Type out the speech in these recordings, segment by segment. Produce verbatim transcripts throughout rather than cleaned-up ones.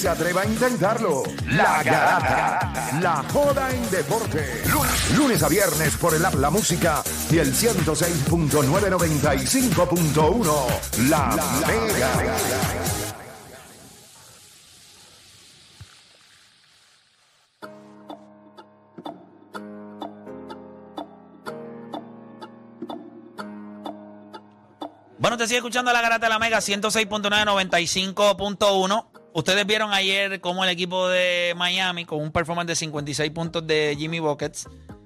se atreva a intentarlo. La Garata. La joda en deporte. Lunes, lunes a viernes por el app La Música y el ciento seis punto nueve noventa y cinco punto uno. La, la Mega. Bueno, te sigue escuchando la Garata de la Mega ciento seis punto nueve, noventa y cinco punto uno. Ustedes vieron ayer cómo el equipo de Miami, con un performance de cincuenta y seis puntos de Jimmy Buckets,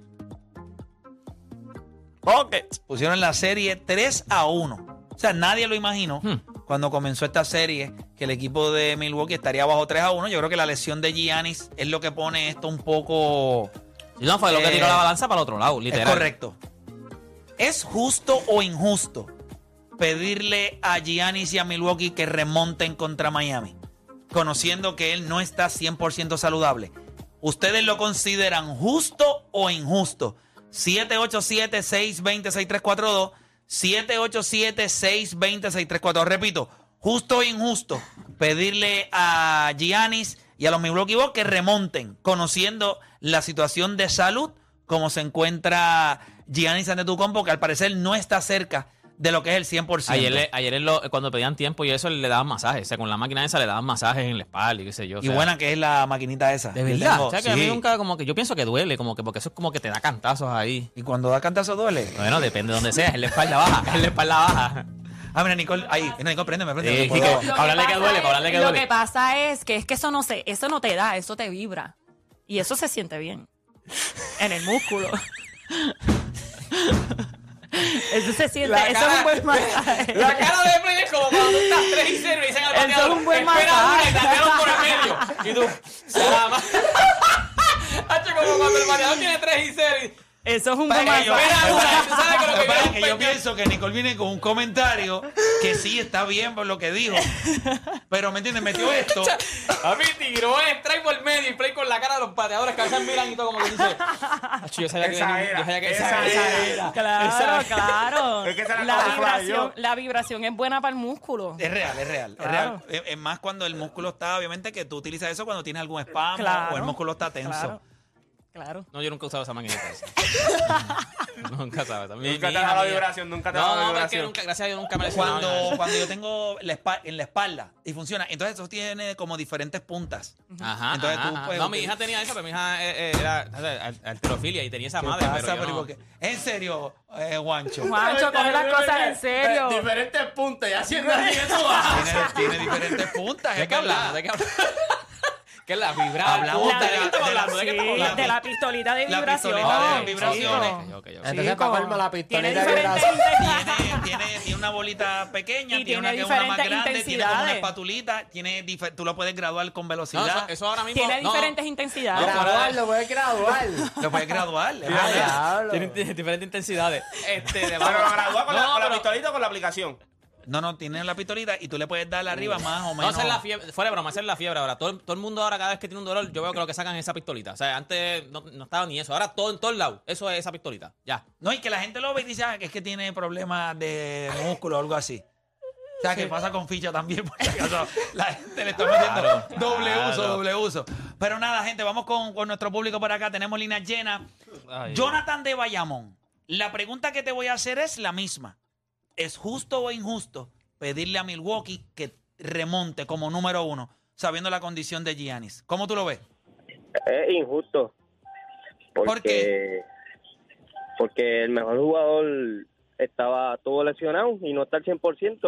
Buckets pusieron la serie tres a uno. O sea, nadie lo imaginó hmm. cuando comenzó esta serie que el equipo de Milwaukee estaría abajo tres a uno. Yo creo que la lesión de Giannis es lo que pone esto un poco... Y no, fue eh, lo que tiró la balanza para el otro lado, literal. Es correcto. ¿Es justo o injusto pedirle a Giannis y a Milwaukee que remonten contra Miami, conociendo que él no está cien por ciento saludable? ¿Ustedes lo consideran justo o injusto? siete ocho siete, seis dos cero, seis tres cuatro dos, siete ocho siete, seis dos cero, seis tres cuatro dos. Repito, justo o injusto pedirle a Giannis y a los Milwaukee Bucks que remonten, conociendo la situación de salud, como se encuentra Giannis Antetokounmpo, que al parecer no está cerca de lo que es el cien por ciento. Ayer, ayer en lo, cuando pedían tiempo y eso le daban masajes. O sea, con la máquina esa le daban masajes en la espalda y qué sé yo. Y sea, buena que es la maquinita esa. De verdad. Tengo, o sea, que sí. A mí nunca, como que yo pienso que duele, como que porque eso es como que te da cantazos ahí. ¿Y cuando da cantazos duele? Bueno, depende de donde sea. En la espalda baja. En la espalda baja. Ah, mira, Nicole, ahí, Nicole, préndeme, préndeme. Sí, que, que, hablarle que duele, para hablarle que duele. Lo que pasa es que es que eso no se, eso no te da, eso te vibra. Y eso se siente bien. En el músculo. Eso se siente, la eso cara, es un buen masaje. La cara de Play es como cuando tú estás tres y cero y dicen al bateador, eso es un buen espera masaje. una y te dieron por el medio. Y tú, salama. Hacho, como cuando el bateador tiene tres y cero y... Eso es un buen masaje. Espera una, tú sabes que lo que, que, que yo pienso que Nicole viene con un comentario que sí está bien por lo que dijo, pero ¿me entiendes? Metió esto. A mí tiró el strike por el medio y play con la cara de los bateadores que a veces miran y todo como que dice, Hacho, yo sabía que esa era, yo sabía que esa, esa, esa era. era. Claro, esa claro. Es que esa la, la vibración, la vibración es buena para el músculo. Es real, es real, claro. es real. Es, es más cuando el músculo está, obviamente que tú utilizas eso cuando tienes algún espasmo claro, o el músculo está tenso. Claro. Claro. No, yo nunca he usado esa maquinita esa. Nunca sabes. Nunca te ha dado la vibración, nunca te ha dado no, la no, vibración. No, nunca, gracias a Dios nunca me he Cuando, lesionado. cuando yo tengo la espa- en la espalda y funciona, entonces eso tiene como diferentes puntas. Ajá, Entonces ajá, tú ajá. puedes No, mi utilizar- hija tenía eso, pero mi hija eh, eh, era alterofilia y tenía esa madre, pero pasa, yo no. porque- ¿En serio, eh, Juancho? Juancho, coge las cosas en serio. Diferentes puntos y haciendo así eso baja. Tiene, tiene diferentes puntas, ¿De es qué verdad. hablamos? ¿De qué hablamos? ¿Qué es la vibra? Hablamos La- de la- estamos de la- hablando? ¿De qué estamos Sí, hablando? de la pistolita de La vibración. pistolita de las chico. vibraciones. Ok, ok, ok. Entonces, Chico, para colmo, la pistolita tiene de diferentes vibración. intensidades. Tiene, tiene, tiene una bolita pequeña, Y tiene una tiene que es una más diferentes grande, tiene como una intensidades. espatulita, tiene difer- tú lo puedes graduar con No, velocidad. eso, eso ahora mismo. Tiene no, diferentes intensidades. No, Graduarlo, puedes graduar. Lo puedes graduar. es Ah, verdad. diablo. Tiene t- diferentes intensidades. Este, de Pero lo gradúa con, No, la, con la pero- pistolita o con la aplicación. No, no, tiene la pistolita y tú le puedes dar arriba más o No, menos. esa es la fiebre, fuera de broma, esa es la fiebre ahora. Todo, todo el mundo ahora, cada vez que tiene un dolor, yo veo que lo que sacan es esa pistolita. O sea, antes no, no estaba ni eso. Ahora todo en todos lados, eso es esa pistolita. Ya. No, y que la gente lo ve y dice ah, que es que tiene problemas de músculo o algo así. O sea, que pasa con ficha también, por si acaso la gente le está metiendo Claro, doble claro. uso, doble uso. Pero nada, gente, vamos con, con nuestro público por acá. Tenemos líneas llenas. Ay, Jonathan de Bayamón, la pregunta que te voy a hacer es la misma. ¿Es justo o injusto pedirle a Milwaukee que remonte como número uno, sabiendo la condición de Giannis? ¿Cómo tú lo ves? Es injusto. Porque, ¿Por qué? Porque el mejor jugador estaba todo lesionado y no está al cien por ciento.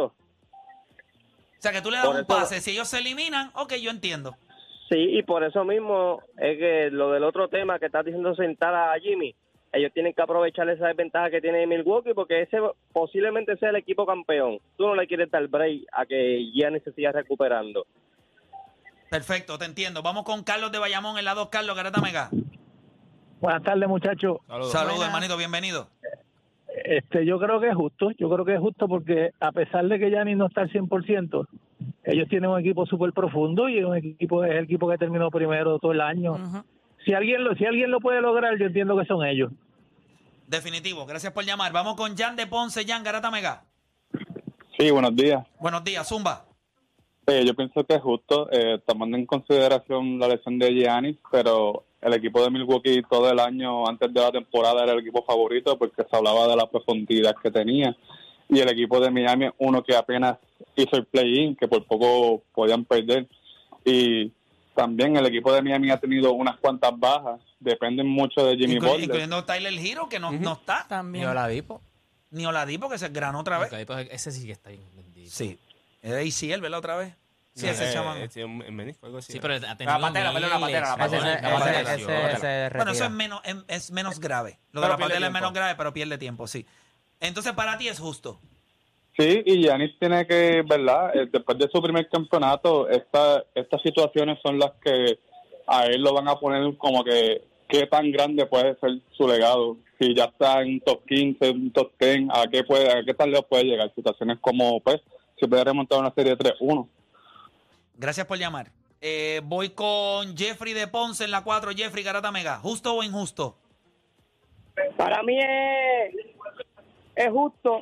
O sea, que tú le das Por un eso- pase. Si ellos se eliminan, ok, yo entiendo. Sí, y por eso mismo es que lo del otro tema que estás diciendo sentar a Jimmy, ellos tienen que aprovechar esa desventaja que tiene Milwaukee porque ese posiblemente sea el equipo campeón. Tú no le quieres dar break a que Giannis se siga recuperando. Perfecto, te entiendo. Vamos con Carlos de Bayamón, el lado Carlos, Garata Mega. Buenas tardes, muchachos. Saludos. Saludos, Buenas. hermanito, bienvenido. Este, yo creo que es justo, yo creo que es justo porque a pesar de que Giannis no está al cien por ciento, ellos tienen un equipo súper profundo y es un equipo, es el equipo que terminó primero todo el año. Ujú. Si alguien lo, si alguien lo puede lograr, yo entiendo que son ellos. Definitivo, gracias por llamar. Vamos con Jan de Ponce, Jan, Garata Mega. Sí, buenos días. Buenos días, Zumba. Eh, yo pienso que es justo, eh, tomando en consideración la lesión de Giannis, pero el equipo de Milwaukee todo el año antes de la temporada era el equipo favorito porque se hablaba de la profundidad que tenía. Y el equipo de Miami, uno que apenas hizo el play-in, que por poco podían perder. Y también el equipo de Miami ha tenido unas cuantas bajas, dependen mucho de Jimmy Inclu- Butler. Incluyendo Tyler Hero, que no, no está. También. Ni Oladipo. Ni Oladipo, que se granó otra vez. Ok, pues ese sí que está bien bendito. Sí. Es de A C L, ¿verdad? Otra vez. Sí, No, ese eh, chamaco. eh, sí, un- un menisco, algo así. Sí, pero ha La tenido patela, perdón, la patela, la miles. patela. Ese- La ese- patela, ese- sí, ese- la patela. ese- Bueno, eso es menos, es, es menos grave. Lo de Pero la pierde patela es tiempo. menos grave, pero pierde tiempo, sí. Entonces, para ti es justo. Sí, y Giannis tiene que, ¿verdad? Eh, después de su primer campeonato, esta, estas situaciones son las que a él lo van a poner como que qué tan grande puede ser su legado. Si ya está en un top quince, un top diez, ¿a qué, puede, a qué tan lejos puede llegar? Situaciones como, pues, si puede remontar una serie tres uno. Gracias por llamar. Eh, voy con Jeffrey de Ponce en la cuatro. Jeffrey, Garata Mega. ¿Justo o injusto? Para mí es, es justo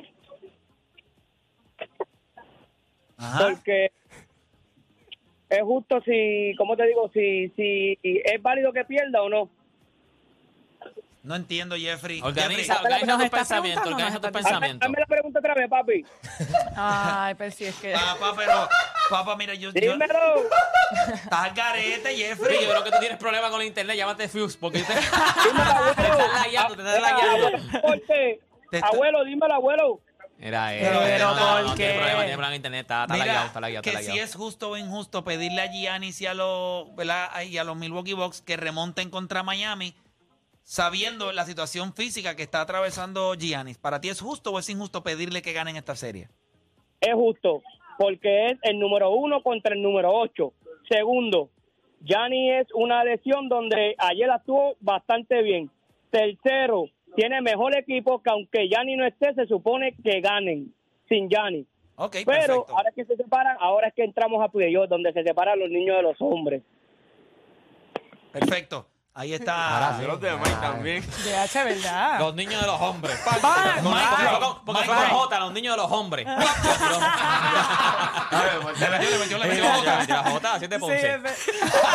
Ajá. porque es justo si, ¿cómo te digo? Si, si es válido que pierda o no. No entiendo, Jeffrey. Organiza, Jeffrey, organiza Nos tus está pensamientos, preguntando, organiza nos tus está- Hazme, pensamientos. hazme la pregunta otra vez, papi. Ay, pero si es que. Papá, pero, papá, mira, yo, yo Dímelo. estás al garete, Sí, Jeffrey. yo creo que tú tienes problemas con el internet, llámate Fuse, porque te, te Dímelo, abuelo. estás lagueando, te estás lagueando. Porque, Te está- abuelo, dímelo, abuelo. Mira, eh, Pero, pero, no, no, ¿por no, qué? tiene problema, tiene problema en internet, está, está lagueado, Mira, está lagueado, que está si lagueado. es justo o injusto pedirle a Giannis y a los, ¿verdad? y a los Milwaukee Bucks que remonten contra Miami, sabiendo la situación física que está atravesando Giannis. ¿Para ti es justo o es injusto pedirle que ganen esta serie? Es justo, porque es el número uno contra el número ocho. Segundo, Gianni es una lesión donde ayer actuó bastante bien. Tercero, tiene mejor equipo que aunque Gianni no esté, se supone que ganen sin Gianni. Ok, Pero perfecto. ahora que se separan, ahora es que entramos a playoff, donde se separan los niños de los hombres. Perfecto. Ahí está. Yo los de Mike también. De H, ¿verdad? Los niños de los hombres. Ah, Con- Mike, con- Mike, con- Porque Mike, fue Mike. J, los niños de los hombres. Le metió, le metió, le metió la La jota. J, así es de Sí, Ponce. es ver-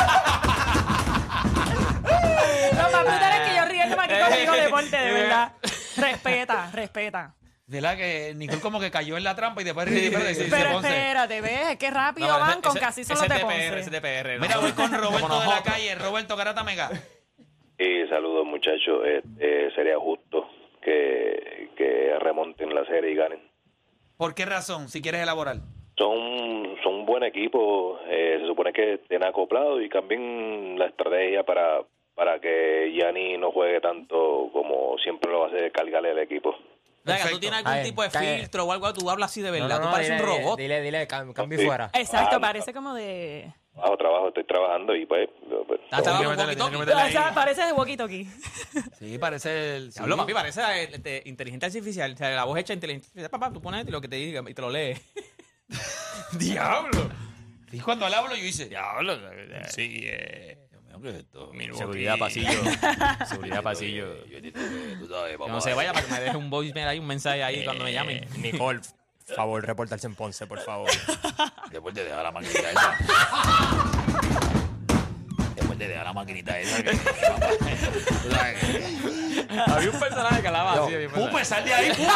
Lo más brutal es que yo riéndome aquí conmigo deporte, de verdad. Respeta, respeta. ¿Verdad que Nicole como que cayó en la trampa y después Sí, pero sí, sí, Pero Ponce? espérate, ¿ves? Qué rápido No, van ese- con ese- que así son ese los de es T P R, Ponce. ese es T P R, Mira, no. voy con Roberto Como de la nosotros. calle. Roberto Garata Mega. Y saludos muchachos, eh, eh, sería justo que, que remonten la serie y ganen. ¿Por qué razón? Si quieres elaborar. Son, son un buen equipo, eh, se supone que estén acoplados y cambien la estrategia para, para que Gianni no juegue tanto como siempre lo hace, cargarle el equipo. Venga, ¿tú Perfecto. tienes algún Ay, tipo de cae. filtro o algo? Tú hablas así de verdad, No, no, tú no, pareces dile, un robot. Dile, dile, cam- cambio Sí. fuera. Exacto, Ah, parece como de... Trabajo, trabajo, estoy trabajando y pues... pues, Estás trabajando que un meterle, walkie-talkie. tiene que meterle ahí. O sea, parece de walkie talkie. Sí, parece el... Hablo, sí. papi, parece eh, este, inteligencia artificial. O sea, la voz hecha inteligencia artificial. Papá, tú pones lo que te diga y te lo lees. ¡Diablo! Y cuando le hablo yo hice... ¡Diablo! Sí, eh... ¿qué es esto? Seguridad pasillo. Seguridad pasillo. Que no se vaya para que me deje un voicemail ahí, un mensaje ahí cuando me llamen. Nicole, favor, reportarse en Ponce, por favor. Después te deja la maquinita esa. Después te deja la maquinita esa. Que, tú sabes que- Había un personaje que hablaba así. había un ¡Pupe, personaje. sal de ahí, Pupe!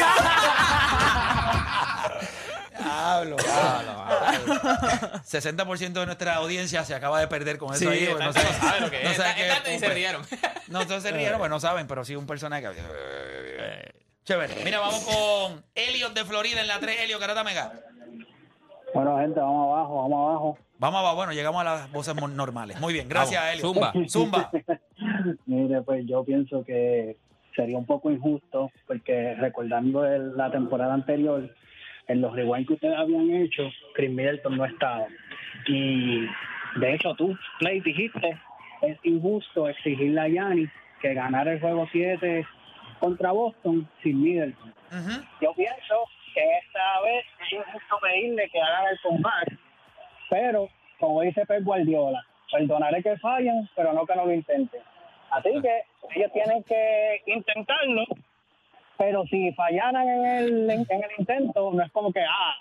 Diablo, diablo. sesenta por ciento de nuestra audiencia se acaba de perder con eso Sí, ahí. esta pues no gente sé- no sabe lo que no es. sabe Esta- qué esta es gente ni se Pupe. rieron. No, todos se rieron, pues no saben, pero sí un personaje que... Chévere. Mira, vamos con Elliot de Florida en la tres. Elliot, Garata Mega. Bueno, gente, vamos abajo, vamos abajo. Vamos abajo. Bueno, llegamos a las voces mo- normales. Muy bien, gracias, Vamos, Elliot. zumba. Zumba. Mire, pues yo pienso que sería un poco injusto, porque recordando el- la temporada anterior, en los rewind que ustedes habían hecho, Chris Middleton no estaba. Y de hecho tú, Play, dijiste, es injusto exigirle a Giannis que ganara el juego siete contra Boston sin Middleton. Ujú. Yo pienso que esta vez es injusto pedirle que hagan el comeback, pero como dice Pep Guardiola, perdonaré que fallen, pero no que no lo intenten. Así que ellos tienen que intentarlo, pero si fallaran en el, en, en el intento, no es como que, ah,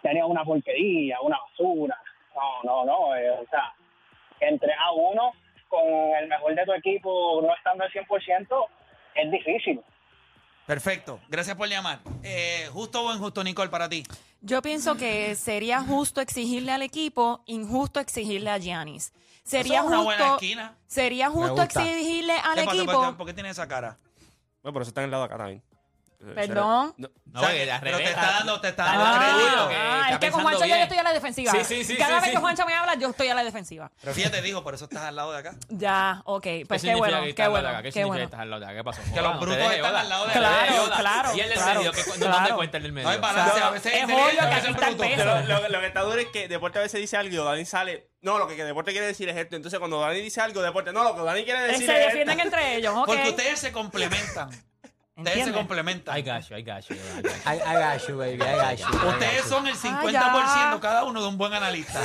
tenía una porquería, una basura. No, no, no. Eh, o sea, entre a uno con el mejor de tu equipo no estando al cien por ciento es difícil. Perfecto. Gracias por llamar. Eh, ¿Justo o injusto, Nicole, para ti? Yo pienso que sería justo exigirle al equipo, injusto exigirle a Giannis. Sería Eso es una justo, buena esquina. sería justo gusta. exigirle al ¿Qué pasa? equipo. ¿Por qué, por qué tiene esa cara? Bueno, por eso está en el lado de acá también. Perdón. No, No, O sea, porque que- de pero te revés, está dando, te está dale dando crédito, crédito. que Ah, está es que con pensando Juancho yo bien. estoy a la defensiva. Sí, sí, sí, Cada sí, vez sí. que Juancho me habla, yo estoy a la defensiva. Pero fíjate, dijo, por eso estás al lado de acá. Ya, ok. ¿Qué Pues qué significa bueno, que qué estás al lado bueno, de acá? ¿Qué qué significa que bueno. estás al lado de acá? ¿Qué pasó? Que los no te brutos dejes, están Yoda. al lado de Te acá. dejes, Claro, Yoda. claro, Y el del claro, medio, ¿qué- ¿dónde claro. cuenta el del medio? No hay balance, sea, a veces es inteligente, obvio a que veces aquí está el bruto. peso. Lo, lo- lo que está duro es que Deporte a veces dice algo y Dani sale. No, lo que, que Deporte quiere decir es esto. Entonces, cuando Dani dice algo, Deporte, no, lo que Dani quiere Eh, decir Se es defienden esto. entre ellos, ok. Porque ustedes se complementan. Ustedes se ¿Entiendes? complementan. I got you, I got you, I got you. I, I got you, baby, I got you. I got Ustedes you. son el cincuenta por ciento Ah, ya. cada uno de un buen analista.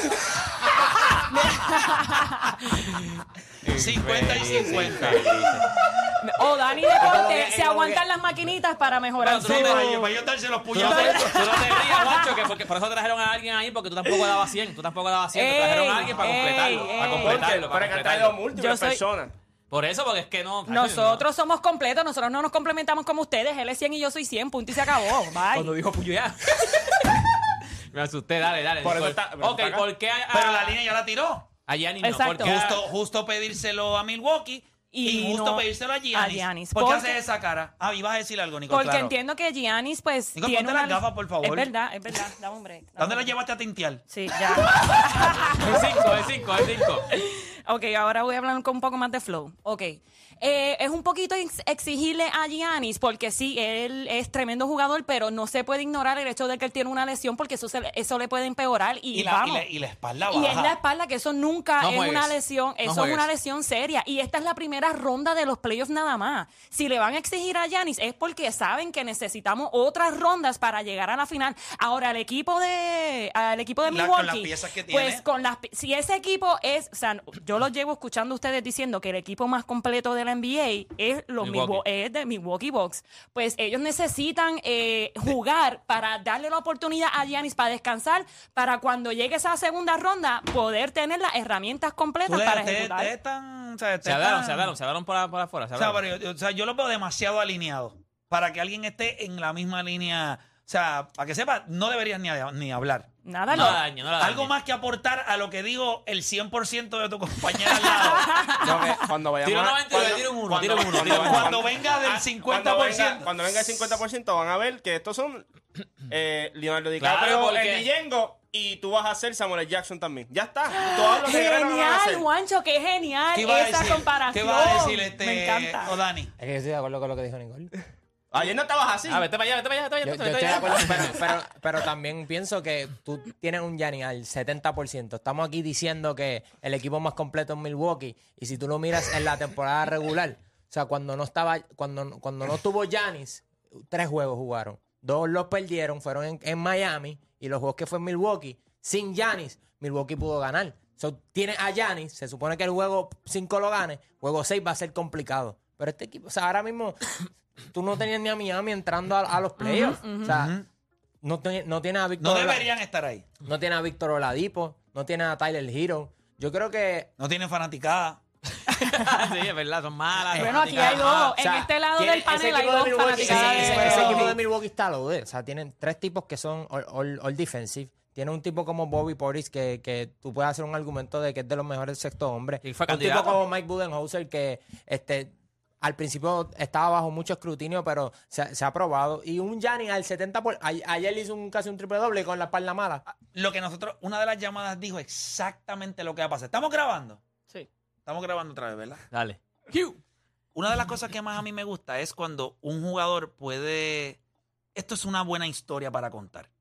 cincuenta y cincuenta. O Dani Deporte se aguantan las maquinitas para mejorar Bueno, su... tú no me- Para yo- para yo darse los Tú no, puños. te, tú no te rías, Juancho, que porque por eso trajeron a alguien ahí, porque tú tampoco dabas cien. Tú tampoco dabas cien. Te trajeron a alguien para Ey, completarlo. ey, Para ey. completarlo. Para Para que han traído completarlo. múltiples Yo soy- personas. Por eso, porque es que no. Nosotros somos completos, nosotros no nos complementamos como ustedes. Él es cien y yo soy cien, punto y se acabó. Cuando Bye. dijo puyo ya. Me asusté, dale, dale. Por eso Nicole. está- pero ok, está acá. ¿por qué a, a- Pero la línea ya la tiró. a Giannis no? Exacto. Porque a- Justo, justo pedírselo a Milwaukee y, Y justo no pedírselo a Giannis. a Giannis. ¿Por qué Porque- haces esa cara? Ah, ibas a decir algo, Nicole. Porque claro. entiendo que Giannis, pues, Nicole, tiene ponte una... las gafas, por favor. Es verdad, es verdad. Dame un break. dame ¿Dónde un la break. llevaste a tintear? Sí, ya. Es cinco, es cinco, es cinco. Ok, ahora voy a hablar con un poco más de flow. Ok. Eh, es un poquito ex- exigirle a Giannis, porque sí, él es tremendo jugador, pero no se puede ignorar el hecho de que él tiene una lesión, porque eso, se- eso le puede empeorar. Y, Y la, y, vamos. la, y la espalda Y baja. es la espalda, que eso nunca No es juegues. una lesión, No eso es juegues. una lesión seria. Y esta es la primera ronda de los playoffs nada más. Si le van a exigir a Giannis es porque saben que necesitamos otras rondas para llegar a la final. Ahora, el equipo de al equipo de La- Milwaukee, con las piezas que tiene. pues con las pi- si ese equipo es, o sea, yo lo llevo escuchando a ustedes diciendo que el equipo más completo de la N B A es los Milwaukee. Milwaukee, es de Milwaukee Bucks. Pues ellos necesitan eh, jugar para darle la oportunidad a Giannis para descansar, para cuando llegue esa segunda ronda poder tener las herramientas Tú completas le- para te- ejecutar. te están- o sea, te Se hablaron, están- se hablaron, se hablaron por, por afuera. Se O sea, hablaron. pero yo, o sea, yo los veo demasiado alineados para que alguien esté en la misma línea. O sea, para que sepa, no deberías ni, ni hablar. Nada, No no. la dañe, no la dañe. Algo más que aportar a lo que digo el cien por ciento de tu compañero al lado. No, que cuando vayamos Tira a- una aventura, cuando- tira un uno, cuando- tira un uno, cuando tira un uno. vayamos- Cuando venga del Ah, cincuenta Cuando por ciento. venga, cuando venga el cincuenta por ciento van a ver que estos son eh, Leonardo Claro, DiCaprio, porque- el Yengo y tú vas a ser Samuel L. Jackson también. Ya está. Todos los que van a hacer. Genial, Juancho, qué genial ¿Qué iba a esa decir? comparación. ¿Qué va a decir este Me encanta. o Dani? Es que yo estoy de acuerdo con lo que dijo Nicole. Ayer no estabas así. Ah, vete para allá, vete para allá, vete Yo, para allá. yo vete estoy de para allá. acuerdo, pero, pero, pero también pienso que tú tienes un Giannis al setenta por ciento. Estamos aquí diciendo que el equipo más completo es Milwaukee. Y si tú lo miras en la temporada regular, o sea, cuando no estaba, cuando, cuando no estuvo Giannis, tres juegos jugaron. Dos los perdieron, fueron en, en Miami. Y los juegos que fue en Milwaukee, sin Giannis, Milwaukee pudo ganar. So, tienes a Giannis, se supone que el juego cinco lo gane, juego seis va a ser complicado. Pero este equipo, o sea, ahora mismo tú no tenías ni a Miami entrando a, a los playoffs. O sea, no, te- no tienes a No Víctor Ola- deberían estar ahí. no tiene a Víctor Oladipo, no tiene a Tyler Hero. Yo creo que No tienen fanaticada. Sí, es verdad, son malas. Bueno, aquí fanáticas. hay dos. o sea, En este lado tiene- del ese panel hay equipo de dos Milwaukee- fanaticadas ese, de ese- juego. ese equipo de Milwaukee está loaded. O sea, tienen tres tipos que son all, all- all defensive. Tiene un tipo como Bobby Portis que, que tú puedes hacer un argumento de que es de los mejores sexto hombres. Y fue un tipo candidato. como Mike Budenholzer que este al principio estaba bajo mucho escrutinio, pero se, se ha probado. Y un Giannis al setenta por ciento. A- Ayer hizo un, casi un triple doble con la espalda mala. Lo que nosotros, una de las llamadas dijo exactamente lo que va a pasar. ¿Estamos grabando? Sí. Estamos grabando otra vez, ¿verdad? Dale. Una de las cosas que más a mí me gusta es cuando un jugador puede... Esto es una buena historia para contar.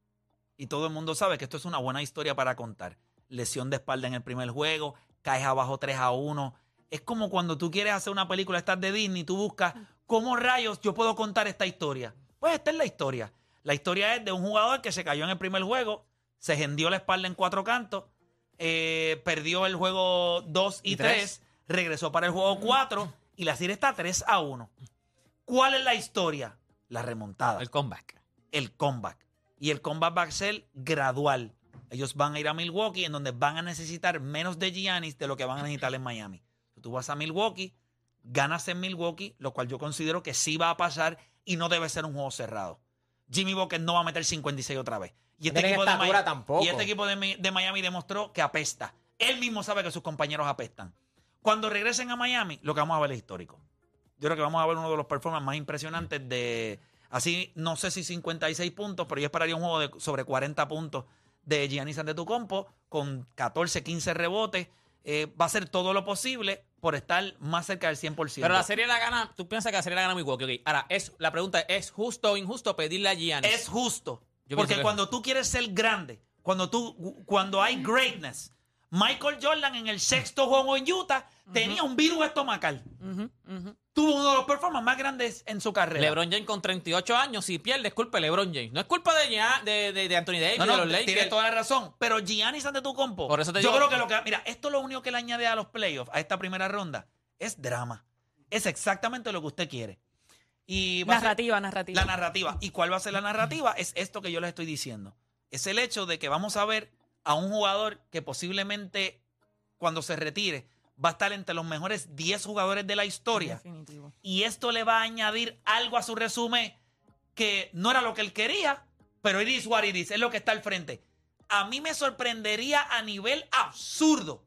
Y todo el mundo sabe que esto es una buena historia para contar. Lesión de espalda en el primer juego, caes abajo tres a uno. Es como cuando tú quieres hacer una película, estás de Disney, tú buscas cómo rayos yo puedo contar esta historia. Pues esta es la historia. La historia es de un jugador que se cayó en el primer juego, se hendió la espalda en cuatro cantos, eh, perdió el juego dos y ¿Y tres, tres? regresó para el juego cuatro y la serie está tres a uno. ¿Cuál es la historia? La remontada, El comeback. el comeback. Y el comeback va a ser gradual. Ellos van a ir a Milwaukee, en donde van a necesitar menos de Giannis de lo que van a necesitar en Miami. Tú vas a Milwaukee, ganas en Milwaukee, lo cual yo considero que sí va a pasar y no debe ser un juego cerrado. Jimmy Butler no va a meter cincuenta y seis otra vez. Y este, equipo de, Miami, tampoco. y este equipo de, de Miami demostró que apesta. Él mismo sabe que sus compañeros apestan. Cuando regresen a Miami, lo que vamos a ver es histórico. Yo creo que vamos a ver uno de los performances más impresionantes de, así, no sé si cincuenta y seis puntos, pero yo esperaría un juego de sobre cuarenta puntos de Giannis Antetokounmpo con catorce, quince rebotes. Eh, va a hacer todo lo posible por estar más cerca del cien por ciento. Pero la serie la gana, tú piensas que la serie la gana Milwaukee. Okay. Ahora, es, la pregunta es, ¿es justo o injusto pedirle a Giannis? Es justo. Yo porque que cuando es... tú quieres ser grande, cuando, tú, cuando hay greatness, Michael Jordan en el sexto juego en Utah uh-huh. tenía un virus estomacal. Uh-huh, uh-huh. Tuvo uno de los performances más grandes en su carrera. LeBron James con treinta y ocho años, si pierde, es culpa de LeBron James. No es culpa de, de, de, de Anthony Davis, no, no, de los Lakers. Tienes toda la razón. Pero Giannis Antetokounmpo, Por eso te yo digo... creo que lo que... Mira, esto lo único que le añade a los playoffs, a esta primera ronda, es drama. Es exactamente lo que usted quiere. Y va narrativa, a ser, narrativa. La narrativa. ¿Y cuál va a ser la narrativa? Es esto que yo les estoy diciendo. Es el hecho de que vamos a ver a un jugador que posiblemente cuando se retire va a estar entre los mejores diez jugadores de la historia. Definitivo. Y esto le va a añadir algo a su resumen que no era lo que él quería, pero it is what it is, es lo que está al frente. A mí me sorprendería a nivel absurdo.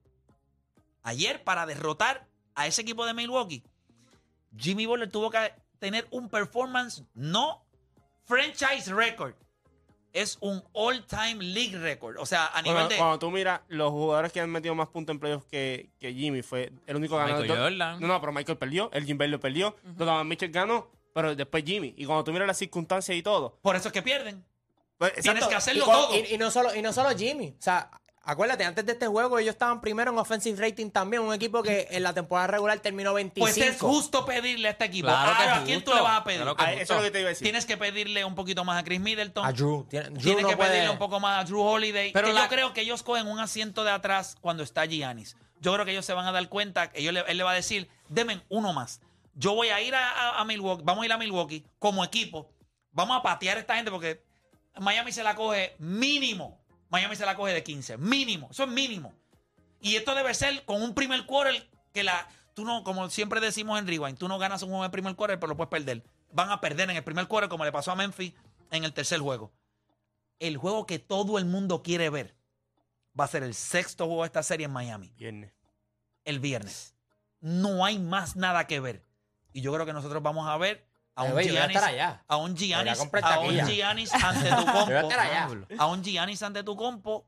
Ayer, para derrotar a ese equipo de Milwaukee, Jimmy Butler tuvo que tener un performance no franchise record. Es un all-time league record. O sea, a nivel cuando, de... Cuando tú miras los jugadores que han metido más puntos en playoffs que, que Jimmy, fue el único ganador. Michael Jordan. No, no, pero Michael perdió, el Jim Butler perdió, uh-huh. Donovan Mitchell ganó, pero después Jimmy. Y cuando tú miras las circunstancias y todo... Por eso es que pierden. Pues, Tienes exacto. que hacerlo y, con, todo. Y, y, no solo, y no solo Jimmy. O sea, acuérdate, antes de este juego ellos estaban primero en offensive rating también. Un equipo que en la temporada regular terminó veinticinco. Pues es justo pedirle a este equipo. Claro que Ah, es ¿a quién justo. tú le vas a pedir? Claro que Ah, es eso es lo que te iba a decir. Tienes que pedirle un poquito más a Chris Middleton. A Drew. Drew Tienes no que puede... pedirle un poco más a Drew Holiday. Pero que la- yo creo que ellos cogen un asiento de atrás cuando está Giannis. Yo creo que ellos se van a dar cuenta, ellos le- él le va a decir, denme uno más. Yo voy a ir a, a- a Milwaukee, vamos a ir a Milwaukee como equipo. Vamos a patear a esta gente porque Miami se la coge mínimo. Miami se la coge de quince. Mínimo. Eso es mínimo. Y esto debe ser con un primer quarter que la... Tú no, como siempre decimos en Rewind, tú no ganas un juego en el primer quarter, pero lo puedes perder. Van a perder en el primer quarter como le pasó a Memphis en el tercer juego. El juego que todo el mundo quiere ver va a ser el sexto juego de esta serie en Miami. Viernes. El viernes. No hay más nada que ver. Y yo creo que nosotros vamos a ver a un Oye, yo voy a Giannis, estar allá. a un Giannis, Voy a comprar a un taquilla. Giannis Yo voy a Antetokounmpo, estar allá. a un Giannis Antetokounmpo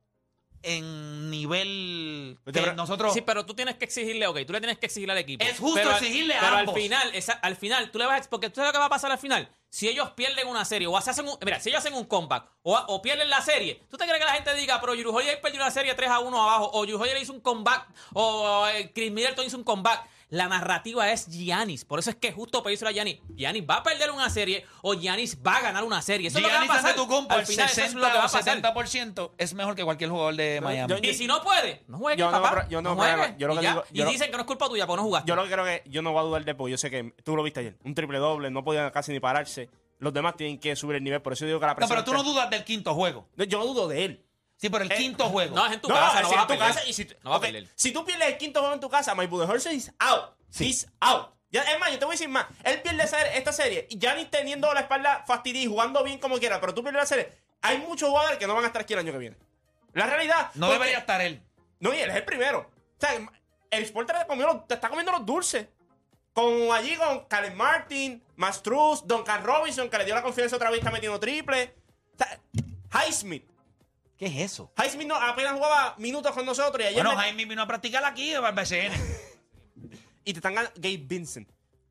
en nivel Pues que te- nosotros... Sí, pero tú tienes que exigirle, ok, tú le tienes que exigirle al equipo. Es justo pero al- exigirle a Pero ambos. al final, esa- al final, tú le vas a... Porque tú sabes lo que va a pasar al final. Si ellos pierden una serie o hacen un... Mira, si ellos hacen un comeback o, o pierden la serie, ¿tú te crees que la gente diga, pero Jrue Holiday perdió una serie tres a uno abajo o Jrue Holiday hizo un comeback o eh, Chris Middleton hizo un comeback? La narrativa es Giannis. Por eso es que es justo pedírselo a Giannis. Giannis va a perder una serie o Giannis va a ganar una serie. Eso es lo que Giannis va a pasar. Antetokounmpo, Al el final, eso es lo que va sesenta a o pasar. setenta por ciento es mejor que cualquier jugador de Miami. yo- Y si no puede, no juegue, Yo no, papá. pero- yo no, no juegue. pero yo lo que y ya. digo- Y yo lo- dicen que no es culpa tuya, porque no jugaste. Yo lo que creo que yo no voy a dudar de él, porque yo sé que tú lo viste ayer. Un triple doble, no podían casi ni pararse. Los demás tienen que subir el nivel, por eso digo que la No, presión... pero tú no dudas del quinto juego. No, yo no dudo de él. Sí, pero el Eh, quinto juego. No, es en tu No, casa, no, no si vas a en tu perder. casa y si, tú- No vas a ok, perder. si tú pierdes el quinto juego en tu casa, my Budenholzer is out. He's out. Ya, es más, yo te voy a decir más. Él pierde esa- esta serie y ya ni teniendo la espalda fastidiada y jugando bien como quiera, pero tú pierdes la serie. Hay muchos jugadores que no van a estar aquí el año que viene. La realidad. No porque- debería estar él. No, y él es el primero. O sea, el Sport te, comió los- te está comiendo los dulces. Con allí con Caleb Martin, Mastruz, Duncan Robinson, que le dio la confianza otra vez, está metiendo triple. O sea, Highsmith. ¿Qué es eso? Highsmith no, apenas jugaba minutos con nosotros y ayer. Bueno, me- Jaime vino a practicar aquí de B C N. Y te están ganando Gabe Vincent.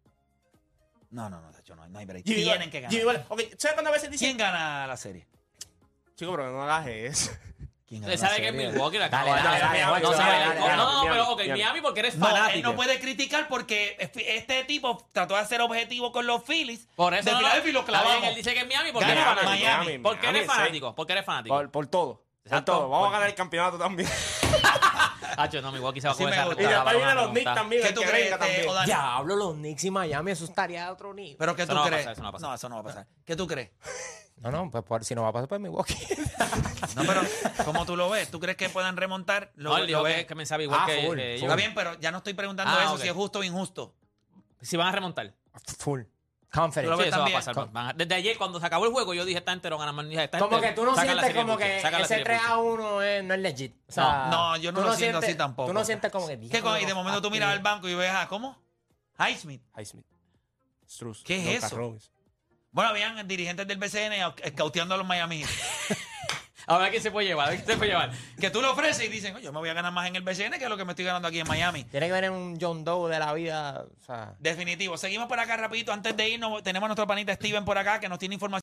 No, no, no, Tacho, no, no hay break. Jimmy Tienen Butler- que ganar. Jimmy Butler. Ok, ¿sabes cuando a veces dicen? ¿Quién gana la serie? Chico, pero no hagas eso. ¿Quién Usted sabe que es Milwaukee la Dale, acaba de dale, ganar. dale, No Juancho, sabe- dale, dale, no, dale, no, Miami, pero ok, Miami. Miami porque eres No, fanático. él no puede criticar porque este tipo trató de ser objetivo con los Phillies. Por eso de no, no, Filadelfia y lo está bien, clavamos. él dice que es Miami porque Gana eres fanático. Miami, Porque eres Miami, fanático. Porque eres fanático. Por, por todo. Exacto. Por todo. Vamos Por- a ganar el campeonato también. Hacho, no, Milwaukee se va a Así comer me esa gusta. y remontada, después va a vienen una los Knicks remontada. también. ¿Qué el tú que crees, venga este, también. Odani? Diablo, los Knicks y Miami, eso estaría a otro nivel. ¿Pero qué Eso tú no va a crees? pasar, eso no va a pasar. No, eso no va a pasar. ¿Qué tú crees? No, no, pues por, si no va a pasar por Milwaukee. No, pero ¿cómo tú lo ves? ¿Tú crees que puedan remontar? Lo, No, él lo dijo ves. que, que me sabe igual Ah, que, full, que full. yo. Está bien, pero ya no estoy preguntando Ah, eso, ok. si es justo o injusto. Si van a remontar. Full. Tú Confident. lo Sí, ves eso va a también. pasar. Con- Van a- Desde ayer, cuando se acabó el juego, yo dije, esta gente no gana más. Dije, esta Como gente que tú no sacan la sientes serie como por que Sacan la ese serie tres por a uno es, no es legit. O sea, No, yo no tú lo siento sientes- así tampoco. Tú no sientes como que... ¿Qué "Diablo, con- y de momento tú miras al banco y ves, ah, ¿cómo? Highsmith. Highsmith, Struz, ¿Qué es Luka eso? Robinson. Bueno, habían dirigentes del B C N escauteando a los Miami Heat. A ver quién se puede llevar, a ver quién se puede llevar. Que tú le ofreces y dicen, "Oye, yo me voy a ganar más en el B C N que lo que me estoy ganando aquí en Miami". Tiene que venir un John Doe de la vida, o sea... Definitivo. Seguimos por acá rapidito. Antes de irnos, tenemos a nuestro panita Steven por acá que nos tiene información.